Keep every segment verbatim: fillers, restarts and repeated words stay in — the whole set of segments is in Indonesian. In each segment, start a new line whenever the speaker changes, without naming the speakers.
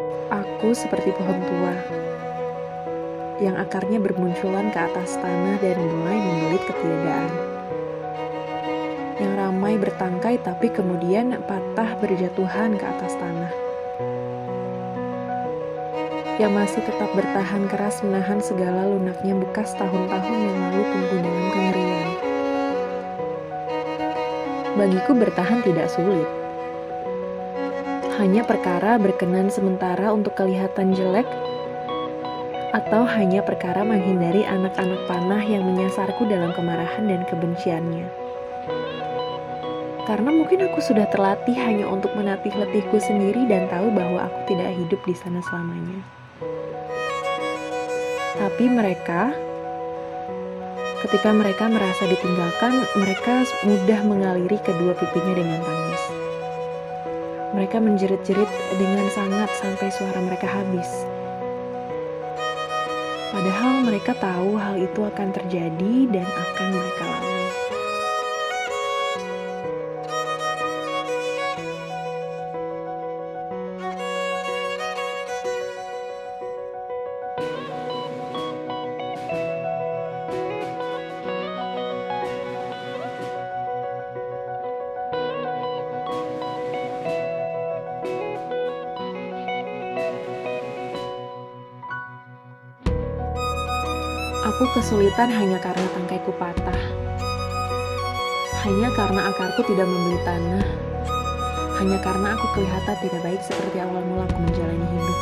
Aku seperti pohon tua yang akarnya bermunculan ke atas tanah dan mulai membelit ketiadaan. Yang ramai bertangkai tapi kemudian patah berjatuhan ke atas tanah. Yang masih tetap bertahan keras menahan segala lunaknya bekas tahun-tahun yang lalu tumbuh dalam kengerian. Bagiku bertahan tidak sulit. Hanya perkara berkenan sementara untuk kelihatan jelek, atau hanya perkara menghindari anak-anak panah yang menyasarku dalam kemarahan dan kebenciannya. Karena mungkin aku sudah terlatih hanya untuk menatih letihku sendiri dan tahu bahwa aku tidak hidup di sana selamanya. Tapi mereka, ketika mereka merasa ditinggalkan, mereka mudah mengaliri kedua pipinya dengan tangis. Mereka menjerit-jerit dengan sangat sampai suara mereka habis. Padahal mereka tahu hal itu akan terjadi dan akan mereka lalui. Aku kesulitan hanya karena tangkaiku patah. Hanya karena akarku tidak membeli tanah. Hanya karena aku kelihatan tidak baik seperti awal mula aku menjalani hidup.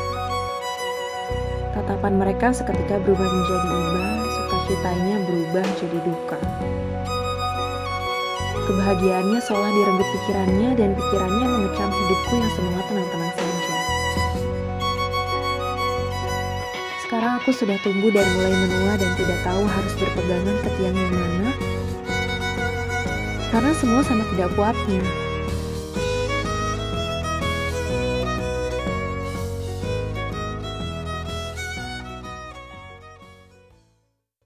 Tatapan mereka seketika berubah menjadi iba, sukacitanya berubah jadi duka. Kebahagiaannya seolah direnggut pikirannya dan pikirannya mengecam hidupku yang semula tenang-tenang saja. Sekarang aku sudah tumbuh dan mulai menua dan tidak tahu harus berpegangan ke tiang yang mana. Karena semua sama tidak kuatnya.